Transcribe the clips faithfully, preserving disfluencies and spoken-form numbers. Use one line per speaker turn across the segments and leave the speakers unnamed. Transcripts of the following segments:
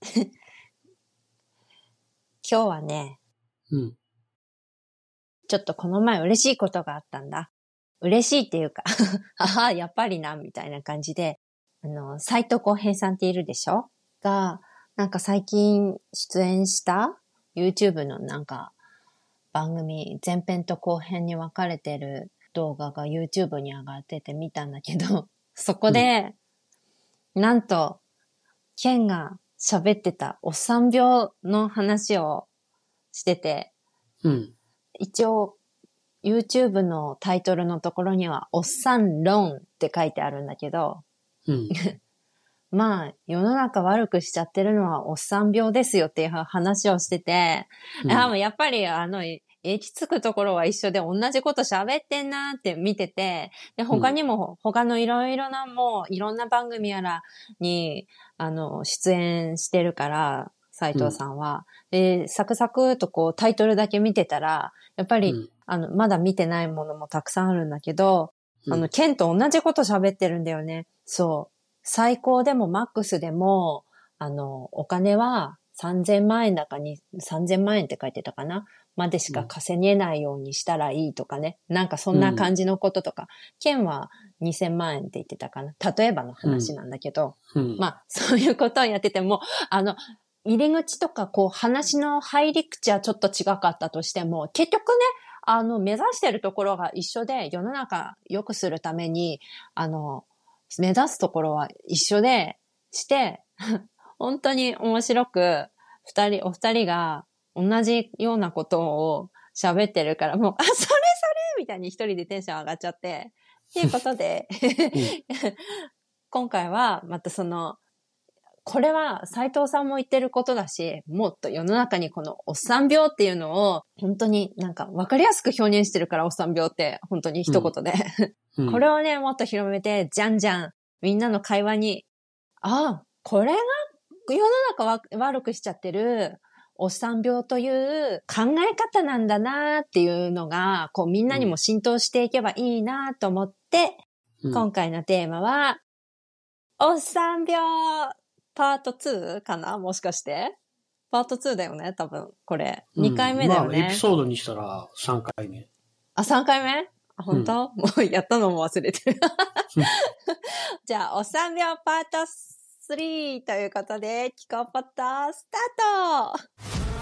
今日はね、
うん。
ちょっとこの前嬉しいことがあったんだ。嬉しいっていうか、ああ、やっぱりな、みたいな感じで、あの、斉藤浩平さんっているでしょが、なんか最近出演した YouTube のなんか番組、前編と後編に分かれてる動画が YouTube に上がってて見たんだけど、そこで、うん、なんと、ケンが喋ってたおっさん病の話をしてて、
うん、
一応 YouTube のタイトルのところにはおっさん論って書いてあるんだけど、
うん、
まあ世の中悪くしちゃってるのはおっさん病ですよっていう話をしてて、うん、あもうやっぱりあの行き着くところは一緒で同じこと喋ってんなって見てて、で他にも他のいろいろなもういろんな番組やらにあの出演してるから斉藤さんは、うん、でサクサクとこうタイトルだけ見てたらやっぱり、うん、あのまだ見てないものもたくさんあるんだけど、うん、あのケンと同じこと喋ってるんだよね。そう最高でもマックスでもあのお金はさんぜんまん円だかにさんぜんまん円って書いてたかなまでしか稼げないようにしたらいいとかね、うん、なんかそんな感じのこととか、うん、ケンはにせんまん円って言ってたかな、例えばの話なんだけど、うん、まあそういうことをやっててもあの入り口とかこう話の入り口はちょっと違かったとしても結局ねあの目指してるところが一緒で世の中良くするためにあの目指すところは一緒でして本当に面白く二人お二人が同じようなことを喋ってるからもうあそれそれみたいに一人でテンション上がっちゃってっていうことで、うん、今回はまたそのこれは斉藤さんも言ってることだし、もっと世の中にこのおっさん病っていうのを本当になんか分かりやすく表現してるからおっさん病って本当に一言で、うん、これをねもっと広めてじゃんじゃんみんなの会話にああこれが世の中わ悪くしちゃってるおっさん病という考え方なんだなっていうのがこうみんなにも浸透していけばいいなと思って、うん、今回のテーマはおっさん病パートツーかなもしかしてパートツーだよね多分、これ。うん、にかいめだよね。
まあ、エピソードにしたらさんかいめ。
あ、さんかいめあ、本当、うん、もうやったのも忘れてる。じゃあ、おっさん病パートスリーということで、キコポットスタート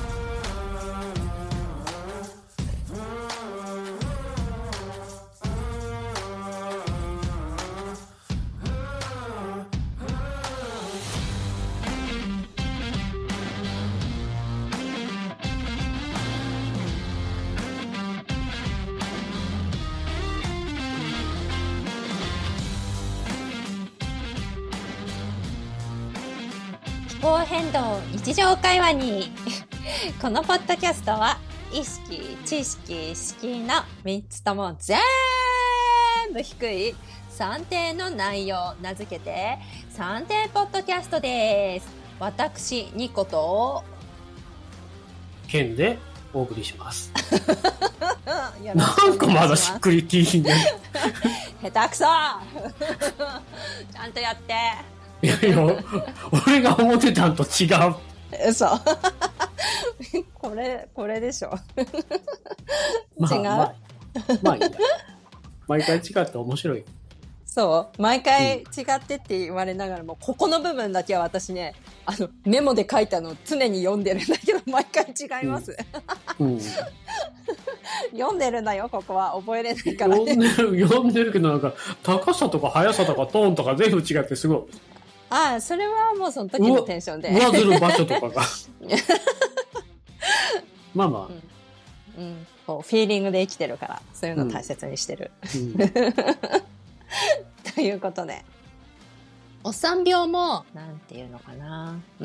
気候変動日常会話にこのポッドキャストは意識、知識、識のみっつとも全部低い算定の内容名付けて算定ポッドキャストです。私ニコと
ケンでお送りしますなんかまだしっくりきいんね
下手くそちゃんとやって
いやいや、俺が思ってたんと違う。
嘘これ、これでしょ。
まあ、
違う、
まあ、まあいいや。毎回違って面白い。
そう。毎回違ってって言われながらも、うん、ここの部分だけは私ね、あの、メモで書いたのを常に読んでるんだけど、毎回違います。うんうん、読んでるんだよ、ここは。覚えれないからね。
読んでる、読んでるけど、なんか、高さとか速さとかトーンとか全部違ってすごい。
ああ、それはもうその時のテンションで。
上ずる場所とかが。まあまあ。
うん。うん。こう、フィーリングで生きてるから、そういうのを大切にしてる。うんうん、ということで。おっさん病も、なんていうのかな。うん。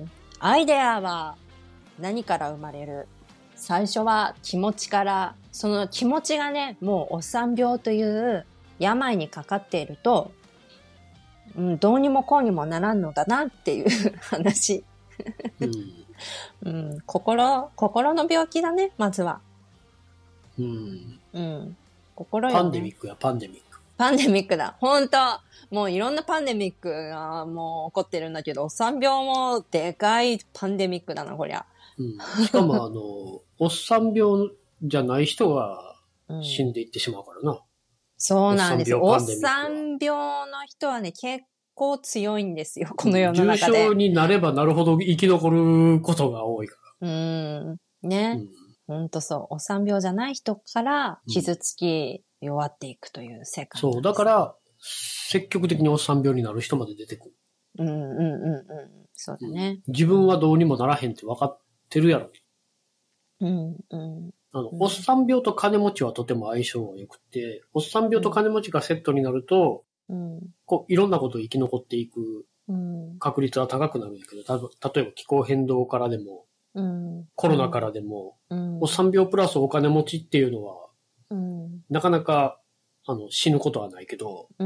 アイデアは何から生まれる？最初は気持ちから、その気持ちがね、もうおっさん病という病にかかっていると、うん、どうにもこうにもならんのだなっていう話、うんうん、心心の病気だねまずは、
うん
うん、心よね。
パンデミックやパンデミック。
パンデミックだ。ほんと。もういろんなパンデミックがもう起こってるんだけど、おっさん病もでかいパンデミックだな、こりゃ。
うん、しかもあの、おっさん病じゃない人が死んでいってしまうからな。うん、
そうなんですよ。おっ
おっさ
さん病の人はね、結構強いんですよ、この世の中で。
重症になればなるほど生き残ることが多いから。
うん。ね。うん、ほんとそう。おっさん病じゃない人から傷つき、弱っていくという世界、
うん。そう。だから、積極的におっさん病になる人まで出てくる。
うんうんうんうん。そうだね。
うん、自分はどうにもならへんって分かってるやろ。
うんうん。
あの、うん、おっさん病と金持ちはとても相性が良くて、おっさん病と金持ちがセットになると、うん、こういろんなことを生き残っていく確率は高くなるんだけど、た例えば気候変動からでも、うん、コロナからでも、うん、おっさん病プラスお金持ちっていうのは、うん、なかなかあの死ぬことはないけど、うん、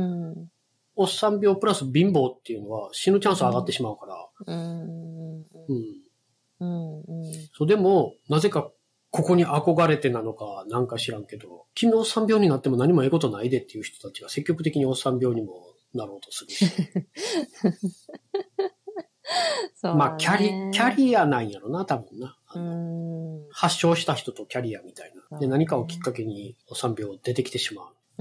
おっさん病プラス貧乏っていうのは死ぬチャンス上がってしまうから、うんうんうん、そうでも、なぜかここに憧れてなのかなんか知らんけど、君おっさん病になっても何もええことないでっていう人たちが積極的におっさん病にもなろうとするし。そうね、まあ、キャリ、キャリアなんやろな、多分な。うん発症した人とキャリアみたいな。で、何かをきっかけにおっさん病出てきてしまう。
うん、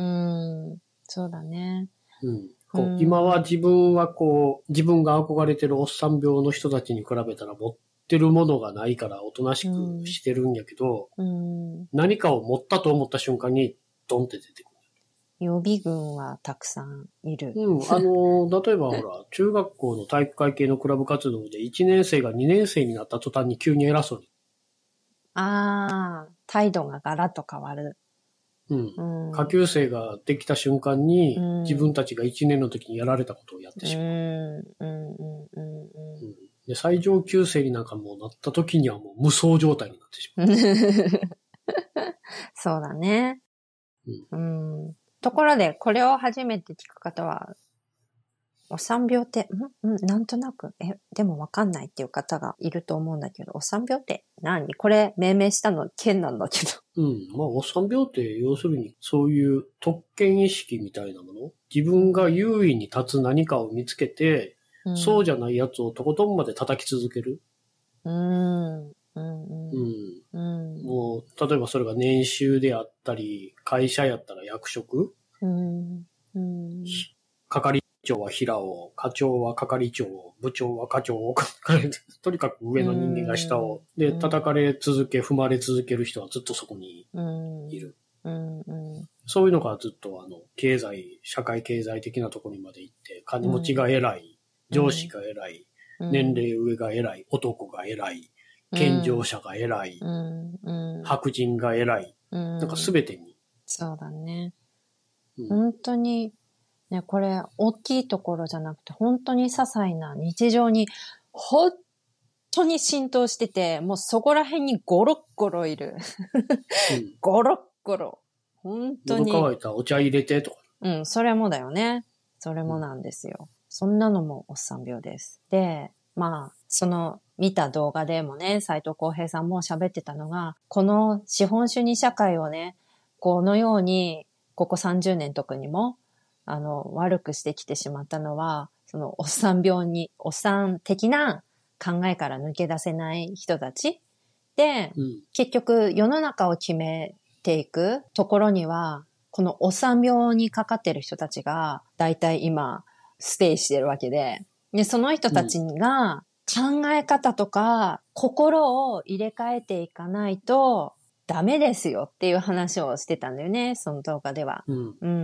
そうだね。
うん。こう今は自分はこう、自分が憧れてるおっさん病の人たちに比べたら持ってるものがないからおとなしくしてるんやけど、うん、何かを持ったと思った瞬間にドンって出てくる。
予備軍はたくさんいる。
うん。あの、例えばほら、中学校の体育会系のクラブ活動でいちねん生がにねん生になった途端に急に偉そうに。
ああ、態度がガラッと変わる。
うん。うん、下級生ができた瞬間に、うん、自分たちがいちねんの時にやられたことをやってしまう。うん。うん。うん。うん。で、最上級生になんかもうなった時にはもう無双状態になってしまう。
そうだね。うん。うんところで、これを初めて聞く方は、おっさん病って、んんなんとなく、え、でもわかんないっていう方がいると思うんだけど、おっさん病って何？これ命名したの県なんだけど。
うん。まあ、おっさん病って要するに、そういう特権意識みたいなもの、自分が優位に立つ何かを見つけて、うん、そうじゃないやつをとことんまで叩き続ける。うん。うん。うん。もう、例えばそれが年収であったり、会社やったら役職、うんうん、係長は平を、課長は係長を、部長は課長を、とにかく上の人間が下を、で、叩かれ続け、踏まれ続ける人はずっとそこにいる。うんうん、そういうのがずっとあの、経済、社会経済的なところにまで行って、金持ちが偉い、上司が偉い、年齢上が偉い、男が偉い、健常者が偉い、うんうん、白人が偉い、うん、なんかすべてに。
そうだね。うん、本当に、ね、これ、大きいところじゃなくて、本当に些細な日常に、本当に浸透してて、もうそこら辺にゴロッゴロいる。うん、ゴロッゴロ。本当に。
喉乾いたお茶入れてとか。
うん、それもだよね。それもなんですよ。うん、そんなのもおっさん病です。で、まあ、その見た動画でもね、斉藤浩平さんも喋ってたのが、この資本主義社会をね、このように、ここさんじゅうねん特にも、あの、悪くしてきてしまったのは、そのおっさん病に、おっさん的な考えから抜け出せない人たちで、うん、結局世の中を決めていくところには、このおっさん病にかかってる人たちが、だいたい今、ステイしてるわけで、で、その人たちが考え方とか心を入れ替えていかないとダメですよっていう話をしてたんだよね、その動画では。うん、うん、うん、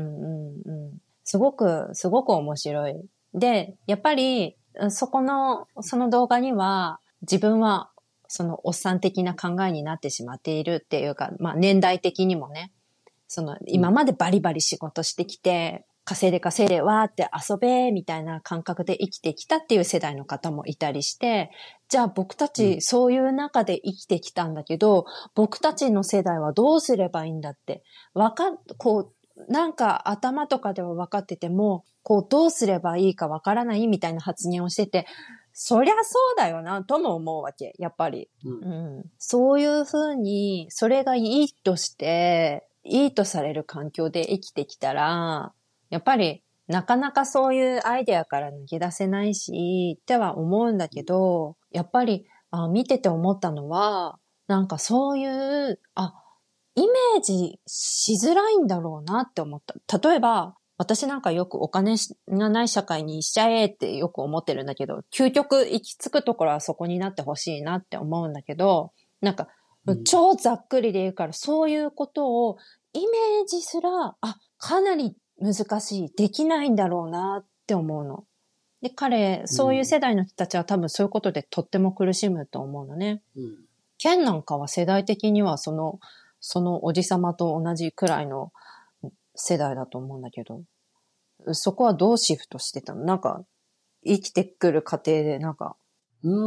うん。すごく、すごく面白い。で、やっぱり、そこの、その動画には自分はそのおっさん的な考えになってしまっているっていうか、まあ年代的にもね、その今までバリバリ仕事してきて、稼いで稼いでわーって遊べみたいな感覚で生きてきたっていう世代の方もいたりして、じゃあ僕たちそういう中で生きてきたんだけど、うん、僕たちの世代はどうすればいいんだって、わかっ、こう、なんか頭とかでは分かってても、こうどうすればいいかわからないみたいな発言をしてて、そりゃそうだよなとも思うわけ、やっぱり。うんうん、そういうふうに、それがいいとして、いいとされる環境で生きてきたら、 やっぱりなかなかそういうアイデアから抜け出せないし、っては思うんだけど、やっぱりあ見てて思ったのは、なんかそういう、あ、イメージしづらいんだろうなって思った。例えば、私なんかよくお金がない社会にしちゃえってよく思ってるんだけど、究極行き着くところはそこになってほしいなって思うんだけど、なんか、超ざっくりで言うから、そういうことをイメージすら、あ、かなり難しい、できないんだろうなって思うの。で、彼、そういう世代の人たちは多分そういうことでとっても苦しむと思うのね。
うん、
ケンなんかは世代的にはその、そのおじさまと同じくらいの世代だと思うんだけど、そこはどうシフトしてたの？なんか、生きてくる過程で、なんか。
うー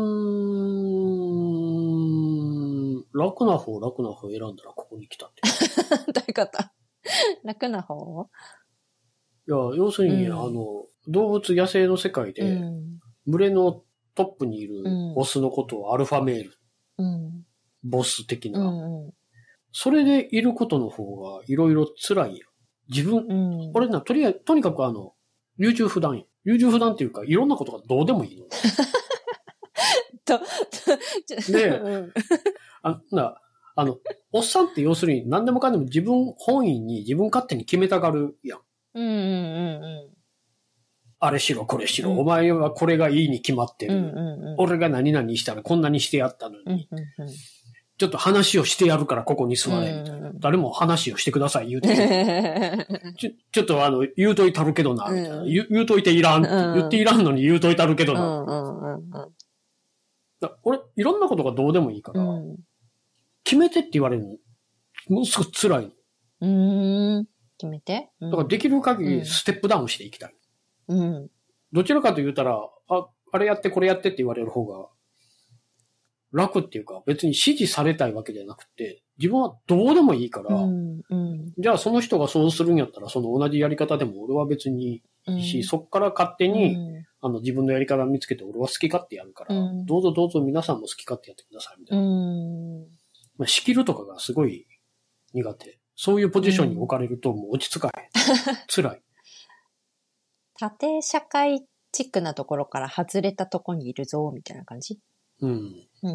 ん、楽な方、楽な方選んだらここに来たって。
どういうこと？楽な方？
いや、要するに、うん、あの、動物野生の世界で、うん、群れのトップにいるオスのことをアルファメール。うん、ボス的な。うんうん、それでいることの方がいろいろ辛いや。自分、うん、俺な、とりあえず、とにかくあの、優柔不断や。優柔不断っていうか、いろんなことがどうでもいいの。と、で、うん、あな、あの、おっさんって要するに何でもかんでも自分本位に自分勝手に決めたがるやん。うんうんうんうん、あれしろこれしろ、うん、お前はこれがいいに決まってる、うんうんうん、俺が何々したらこんなにしてやったのに、うんうんうん、ちょっと話をしてやるからここに座れみたいな、うんうん、誰も話をしてください言うてちょちょっとあの言うといたるけどなみたいな、うん、言, 言うといていらんって、うん、言っていらんのに言うといたるけどな、うんうんうんうん、だ俺いろんなことがどうでもいいから、うん、決めてって言われるのものすごく辛いの。う
ーん、決めて、
うん、だからできる限りステップダウンしていきたい。うん。どちらかと言ったら、あ、あれやってこれやってって言われる方が楽っていうか、別に指示されたいわけじゃなくて、自分はどうでもいいから、うんうん、じゃあその人がそうするんやったら、その同じやり方でも俺は別にいいし、うん、そっから勝手に、うん、あの自分のやり方見つけて俺は好き勝手やるから、うん、どうぞどうぞ皆さんも好き勝手やってくださいみたいな。うんまあ、仕切るとかがすごい苦手。そういうポジションに置かれるともう落ち着かへん。辛い。
縦社会チックなところから外れたとこにいるぞ、みたいな感じ？うん。うん。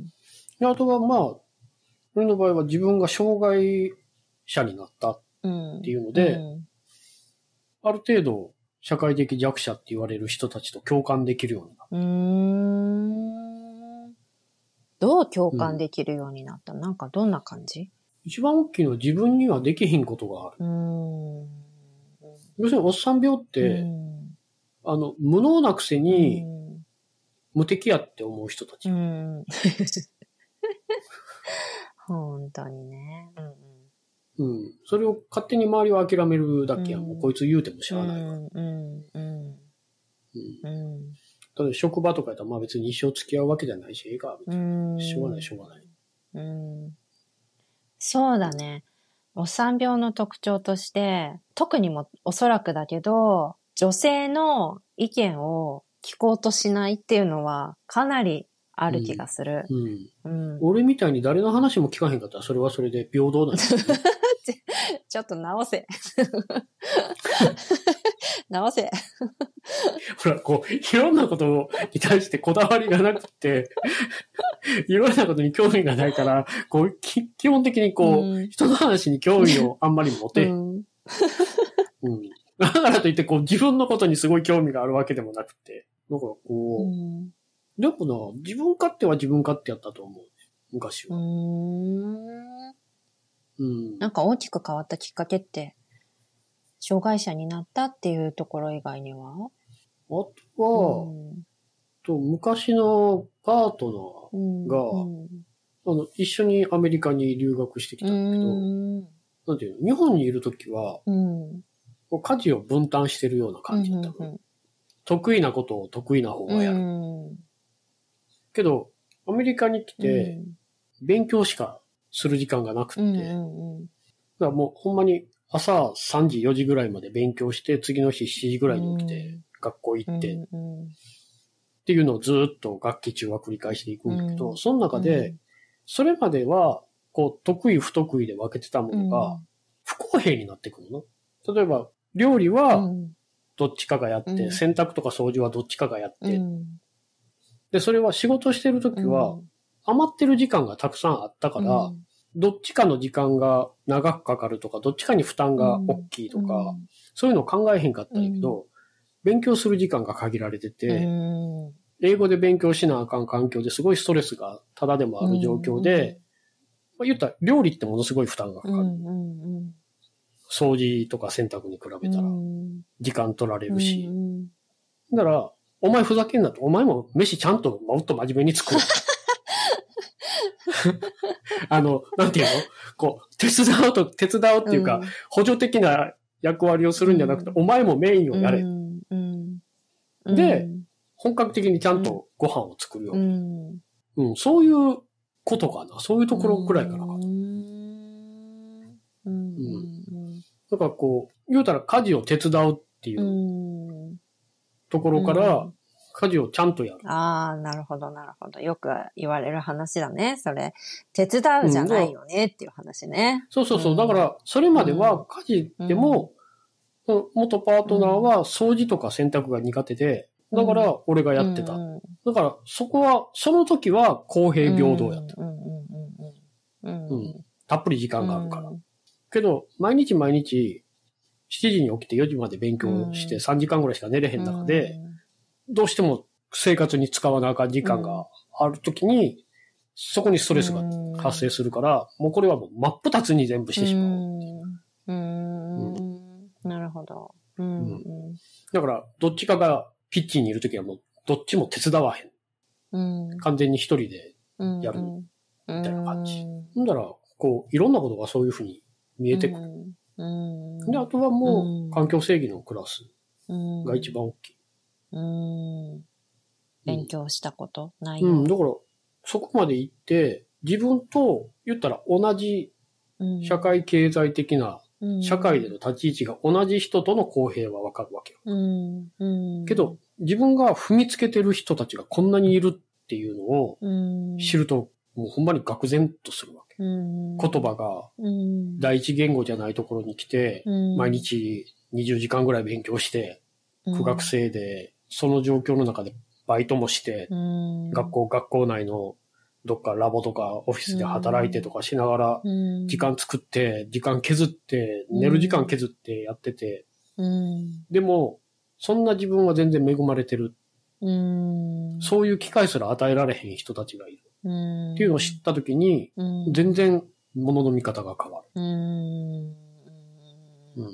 であとはまあ、俺の場合は自分が障害者になったっていうので、うんうん、ある程度社会的弱者って言われる人たちと共感できるようになった。うー
ん。どう共感できるようになった、うん、なんかどんな感じ？
一番大きいのは自分にはできひんことがある。うーん要するにおっさん病って、うん、あの、無能なくせに、無敵やって思う人たち。うん、
本当にね、
うんうん。それを勝手に周りは諦めるだけやん。うん、こいつ言うてもしゃあないから。うんうんうんうん、ただ職場とかやったらまあ別に一生付き合うわけじゃないし、ええか、みたいな。しょうがない、しょうがない。
うん、そうだね。おっさん病の特徴として、特にもおそらくだけど、女性の意見を聞こうとしないっていうのはかなりある気がする。うん
うんうん、俺みたいに誰の話も聞かへんかったらそれはそれで平等なんですよ、ね、
ちょっと直せ。直せ。
ほら、こう、いろんなことに対してこだわりがなくて、いろんなことに興味がないから、こう、基本的にこう、うん、人の話に興味をあんまり持て。うん。うん、だからといって、こう、自分のことにすごい興味があるわけでもなくて。だからこう、うん、でもな、自分勝手は自分勝手やったと思う、ね。昔は。うーん。
うん。なんか大きく変わったきっかけって、障害者になったっていうところ以外には？あ
とは、うん、と昔のパートナーが、うんうん、あの一緒にアメリカに留学してきたんだけど、うん、なんていうの、日本にいるときは、うん、家事を分担してるような感じだったの、うんうんうん。得意なことを得意な方がやる。うん、けど、アメリカに来て、勉強しかする時間がなくって、うんうんうん、だからもうほんまに朝さんじよじぐらいまで勉強して、次の日しちじぐらいに起きて、学校行って、うんうんうん、っていうのをずっと学期中は繰り返していくんだけど、うん、その中で、それまでは、こう、得意不得意で分けてたものが、不公平になってくるの。例えば、 料理はどっちかがやって、
うん、
洗濯とか掃除はどっちかがやって、
うん、
で、それは仕事してるときは、余ってる時間がたくさんあったから、うん、どっちかの時間が長くかかるとか、どっちかに負担が大きいとか、うん、そういうのを考えへんかったんやけど、うん、勉強する時間が限られてて、うん、英語で勉強しなあかん環境ですごいストレスがただでもある状況で、うんまあ、言ったら料理ってものすごい負担がかかる。うんうんうん、掃除とか洗濯に比べたら時間取られるし。うんうん、だから、お前ふざけんなと。お前も飯ちゃんともっと真面目に作る。あの、なんていうのこう、手伝うと、手伝うっていうか、うん、補助的な役割をするんじゃなくて、うん、お前もメインをやれ。うんうん、で、本格的にちゃんとご飯を作るように。うんうん、そういうことかな。そういうところくらいかな。うんうん、だからこう、言うたら家事を手伝うっていうところから、家事をちゃんとやる。
ああ、なるほど、なるほど。よく言われる話だね。それ、手伝うじゃないよね、うん、っていう話ね。
そうそうそう。うん、だから、それまでは家事でも、うん、元パートナーは掃除とか洗濯が苦手で、だから俺がやってた。うん、だから、そこは、その時は公平平等やった。たっぷり時間があるから。うん、けど、毎日毎日、しちじに起きてよじまで勉強してさんじかんぐらいしか寝れへん中で、うん、どうしても生活に使わなあかん時間があるときに、そこにストレスが発生するから、もうこれはもう真っ二つに全部してしまう。うん。
うん、なるほど、うんうん。
だから、どっちかがキッチンにいるときはもう、どっちも手伝わへん。うん、完全に一人でやる。みたいな感じ。うん、だから、こう、いろんなことがそういうふうに見えてくる。うんうん、で、あとはもう、環境正義のクラスが一番大きい。
うんうん、勉強したこと、内
容。うん、だから、そこまで行って、自分と言ったら同じ社会経済的な、社会での立ち位置が同じ人との公平はわかるわけよ。うんうん、けど、自分が踏みつけてる人たちがこんなにいるっていうのを知ると、もうほんまに愕然とするわけ。うん、言葉が第一言語じゃないところに来て、うん、毎日にじゅうじかんぐらい勉強して、苦学生で、その状況の中でバイトもして、うん、学校、学校内のどっかラボとかオフィスで働いてとかしながら、時間作って、時間削って、寝る時間削ってやってて、うん、でも、そんな自分は全然恵まれてる。うん、そういう機会すら与えられへん人たちがいる。うん、っていうのを知ったときに、うん、全然物の見方が変わる。うん
うん、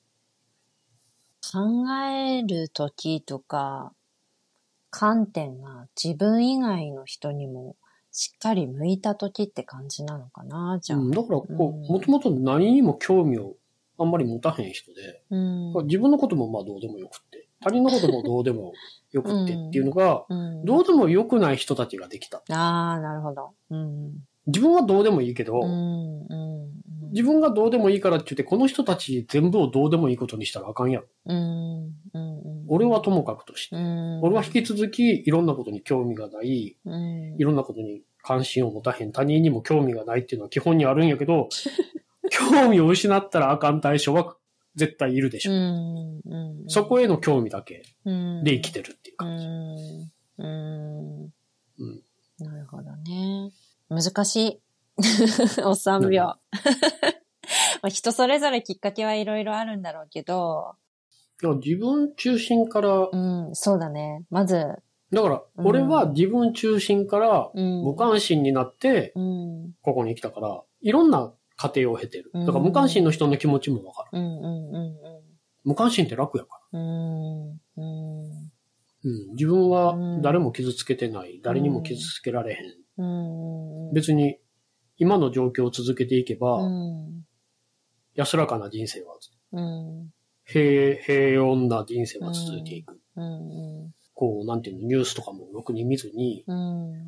考えるときとか、観点が自分以外の人にもしっかり向いたときって感じなのかな、じゃあ。うん、
だからこう、もともと何にも興味をあんまり持たへん人で、うん、自分のこともまあどうでもよくって、他人のこともどうでもよくってっていうのが、うん、どうでもよくない人たちができた。
ああ、なるほど、うん。
自分はどうでもいいけど、うんうん、自分がどうでもいいからって言って、この人たち全部をどうでもいいことにしたらあかんやろ。うんうん、俺はともかくとして、うん、俺は引き続きいろんなことに興味がない、うん、いろんなことに関心を持たへん、他人にも興味がないっていうのは基本にあるんやけど、興味を失ったらあかん対象は絶対いるでしょ。うんうん、そこへの興味だけで生きてるっていう感じ。うんうん
うん、なるほどね。難しい。おっさん病。人それぞれきっかけはいろいろあるんだろうけど。
自分中心から。
うん、そうだね。まず。
だから、俺は自分中心から無関心になって、ここに来たから、いろんな過程を経てる。だから無関心の人の気持ちもわかる。うんうんうんうん、無関心って楽やから。うんうんうん、自分は誰も傷つけてない。誰にも傷つけられへん。うん、別に今の状況を続けていけば、うん、安らかな人生は、うん、平、平穏な人生は続いていく。うんうん、こう、なんていうの、ニュースとかもろくに見ずに、うん、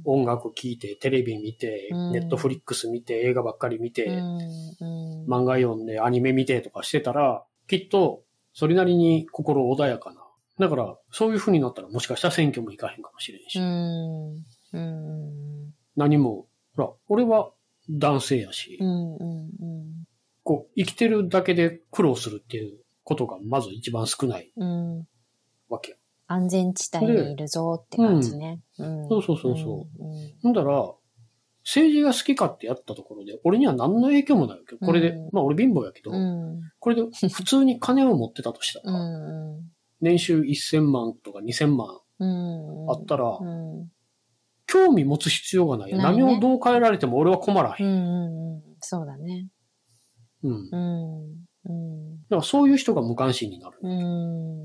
音楽聴いて、テレビ見て、うん、ネットフリックス見て、映画ばっかり見て、うんうん、漫画読んで、アニメ見てとかしてたら、きっと、それなりに心穏やかな。だから、そういう風になったら、もしかしたら選挙も行かへんかもしれんし。うんうん、何も、ほら、俺は男性やし、うんうんうん、こう、生きてるだけで苦労するっていうことがまず一番少ないわけ。
うん、安全地帯にいるぞって感じね。
うんうん、そうそうそうそう。うんうん、なんだら、政治が好きかってやったところで、俺には何の影響もないわけど、これで、うん、まあ俺貧乏やけど、うん、これで普通に金を持ってたとしたら、うん、年収せんまんとかにせんまんあったら、うん、興味持つ必要がない。ないね、何をどう変えられても俺は困らへん。うん
うんうん、そうだね。
うん。うんうん、だからそういう人が無関心になる。うん、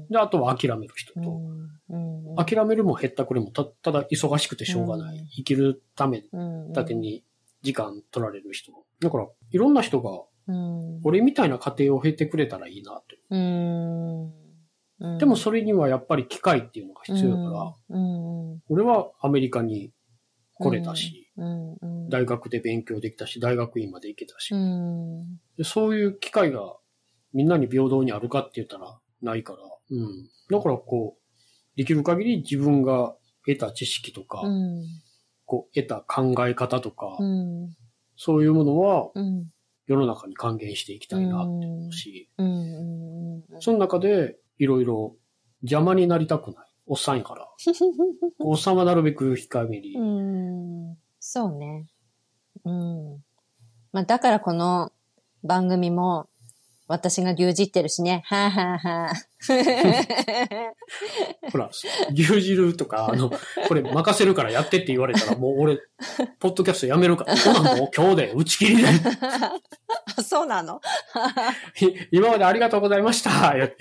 で、あとは諦める人と、うんうん、諦めるも減ったくれも た, ただ忙しくてしょうがない、うん。生きるためだけに時間取られる人。だから、いろんな人が、俺みたいな家庭を経てくれたらいいなと。うんうん、でもそれにはやっぱり機会っていうのが必要だから、うんうん、俺はアメリカに来れたし、うんうん、大学で勉強できたし、大学院まで行けたし、うん、でそういう機会がみんなに平等にあるかって言ったらないから、うん、だからこう、できる限り自分が得た知識とか、うん、こう得た考え方とか、うん、そういうものは世の中に還元していきたいなって思うし、うんうんうん、その中でいろいろ邪魔になりたくない。おっさんやから。おっさんはなるべく控えめに。
うん、そうね。うん。まあだからこの番組も私が牛耳ってるしね。はぁはぁは
ぁ。ほら、牛耳るとか、あの、これ任せるからやってって言われたらもう俺、ポッドキャストやめるから。ほなもう今日で打ち切りで。
そうなの
今までありがとうございました。やって。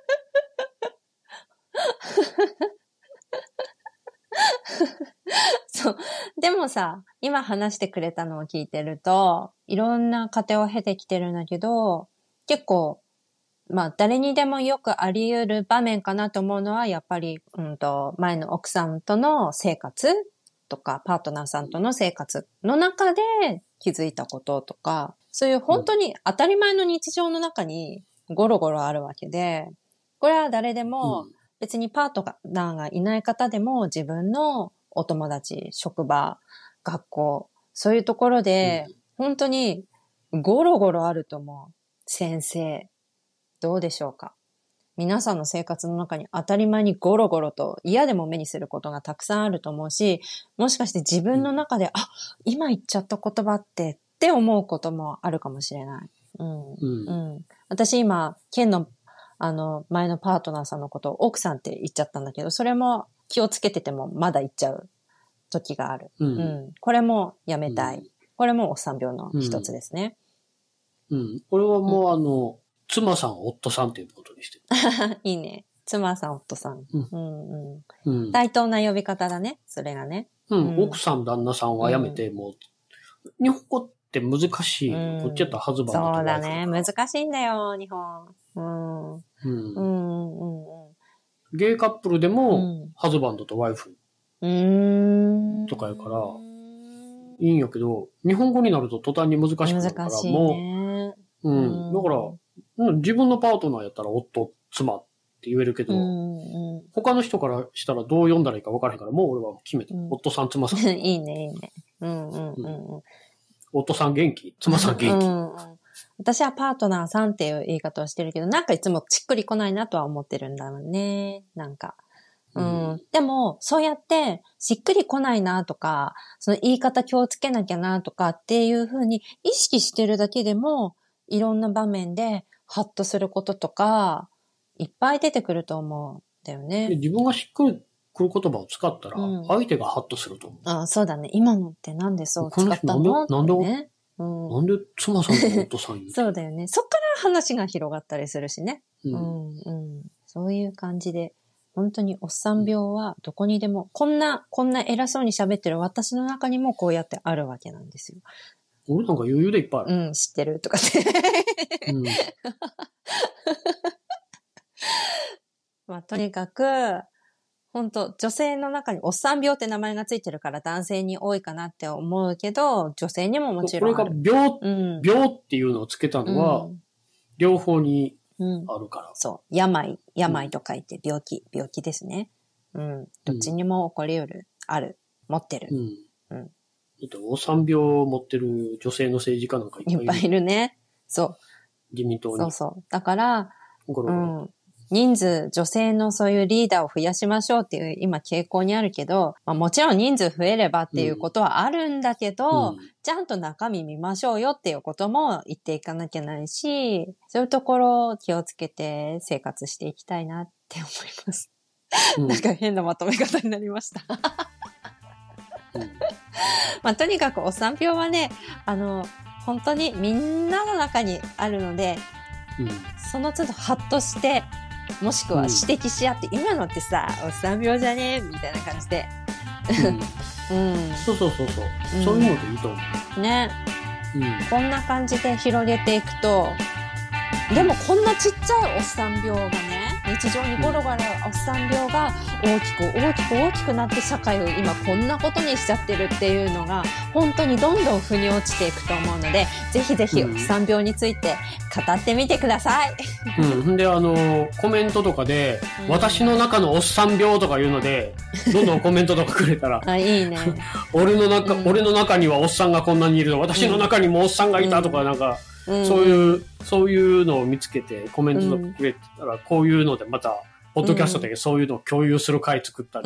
そう。でもさ、今話してくれたのを聞いてると、いろんな過程を経てきてるんだけど、結構、まあ誰にでもよくあり得る場面かなと思うのは、やっぱり、うんと、前の奥さんとの生活とか、パートナーさんとの生活の中で気づいたこととか、そういう本当に当たり前の日常の中にゴロゴロあるわけで、これは誰でも、別にパートナーがいない方でも自分のお友達、職場、学校、そういうところで、本当にゴロゴロあると思う。先生、どうでしょうか？皆さんの生活の中に当たり前にゴロゴロと嫌でも目にすることがたくさんあると思うし、もしかして自分の中で、うん、あ、今言っちゃった言葉ってって思うこともあるかもしれない。うん。うんうん、私今、県のあの、前のパートナーさんのことを奥さんって言っちゃったんだけど、それも気をつけててもまだ言っちゃう時がある。うん。うん、これもやめたい。うん、これもおっさん病の一つですね。
うん。うん、これはもう、うん、あの、妻さん、夫さんっていうことにして
る。いいね。妻さん、夫さん。うん。うんうん、対等な呼び方だね。それがね。
うん。うん、奥さん、旦那さんはやめて、もう、日本語って難しい。うん、こっちやったらハズバンドと
そうだね。難しいんだよ、日本。うん。うん。うん
うんうん。ゲイカップルでも、ハズバンドとワイフ。とかやから、いいんやけど、日本語になると途端に難しくなるから、
難しいね、
もう、うん。だから、自分のパートナーやったら夫、妻って言えるけど、うんうん、他の人からしたらどう読んだらいいか分からへんから、もう俺は決めた。うん、夫さん、妻さん。
いいね、いいね。うんうんうん。
夫さん元気、妻さん元気。
うんうん、私はパートナーさんっていう言い方をしてるけど、なんかいつもちっくりこないなとは思ってるんだろうね。なんか。うん。うん、でも、そうやって、しっくりこないなとか、その言い方気をつけなきゃなとかっていうふうに意識してるだけでも、いろんな場面でハッとすることとか、いっぱい出てくると思うんだよね。
自分がしっくりくる言葉を使ったら、相手がハッとすると思う。
うん、ああ、そうだね。今のってなんでそう使ったのってね。
うん、なんで妻さんと夫さんに
そうだよね。そっから話が広がったりするしね。うん、うんうん、そういう感じで、本当におっさん病はどこにでも、こんな、こんな偉そうに喋ってる私の中にもこうやってあるわけなんですよ。
俺なんか余裕でいっぱいある。
うん、知ってるとかって。うん、まあ、とにかく、本当女性の中におっさん病って名前がついてるから男性に多いかなって思うけど、女性にももちろんある。
これが病、うん、病っていうのをつけたのは、うん、両方にあるから、うん。
そう。病、病と書いて病気、病気ですね。うん。どっちにも起こり得る、ある、持ってる。うん。
うん。だっておっさん病を持ってる女性の政治家なんかいっぱいいる。
いっぱいいるね。そう。
自民党に。
そうそう。だから、
ゴロゴロ。
うん。人数、女性のそういうリーダーを増やしましょうっていう今傾向にあるけど、まあ、もちろん人数増えればっていうことはあるんだけど、うん、ちゃんと中身見ましょうよっていうことも言っていかなきゃないし、そういうところを気をつけて生活していきたいなって思います。うん、なんか変なまとめ方になりました。うん、まあ、とにかくお産病はね、あの、本当にみんなの中にあるので、うん、その都度ハッとして、もしくは指摘し合って、うん、今のってさ、お産病じゃねみたいな感じで。
うん。うん、そうそうそうそう、うん。そういうのでいいと思う。
ね。うん。こんな感じで広げていくと、でもこんなちっちゃいおっさん病がね、日常にゴロゴロおっさん病が大きく大きく大きくなって社会を今こんなことにしちゃってるっていうのが本当にどんどん腑に落ちていくと思うので、ぜひぜひおっさん病について語ってみてください。
うん。で、あの、コメントとかで、うん、私の中のおっさん病とか言うので、どんどんコメントとかくれたら、
あ、いいね。
俺の中、うん、俺の中にはおっさんがこんなにいるの、私の中にもおっさんがいたとかなんか、うん、そういう、そういうのを見つけてコメントとかくれたら、こういうのでまた、ポッドキャストでそういうのを共有する回作ったり。
うん。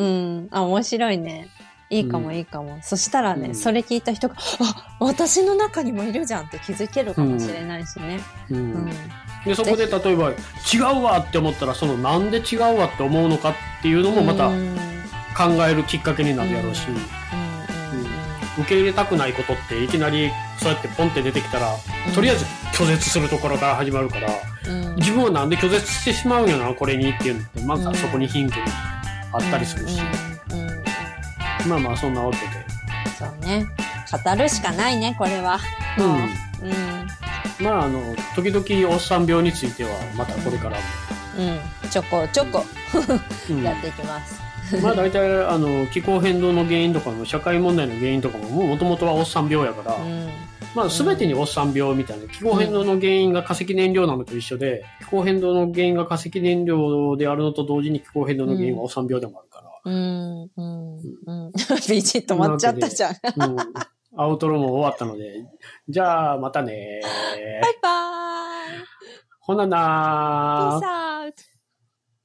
あ、面白いね。いいかもいいかも。うん、そしたらね、うん、それ聞いた人が、あ、私の中にもいるじゃんって気づけるかもしれないしね。うん。うん、
で、そこで例えば、違うわって思ったら、そのなんで違うわって思うのかっていうのもまた考えるきっかけになるやろうし、受け入れたくないことっていきなりそうやってポンって出てきたら、うん、とりあえず拒絶するところから始まるから、うん、自分はなんで拒絶してしまうんやなこれにっていうのってまずはそこにヒントがあったりするし、うんうんうん、まあまあそんなわけで
そうね、語るしかないねこれは。うん、うん、
まああの時々おっさん病についてはまたこれからも、
うん、ちょこちょこやっていきます。
まあ大体あの気候変動の原因とかの社会問題の原因とかももともとはおっさん病やから、うん、まあ全てにおっさん病みたいな、気候変動の原因が化石燃料なのと一緒で、気候変動の原因が化石燃料であるのと同時に気候変動の原因はおっさん病でもあるから。うんうんうん
うん、ビジッと止まっちゃったじゃん。うん、
アウトロも終わったので、じゃあまたね。
バイバーイ。
ほななー。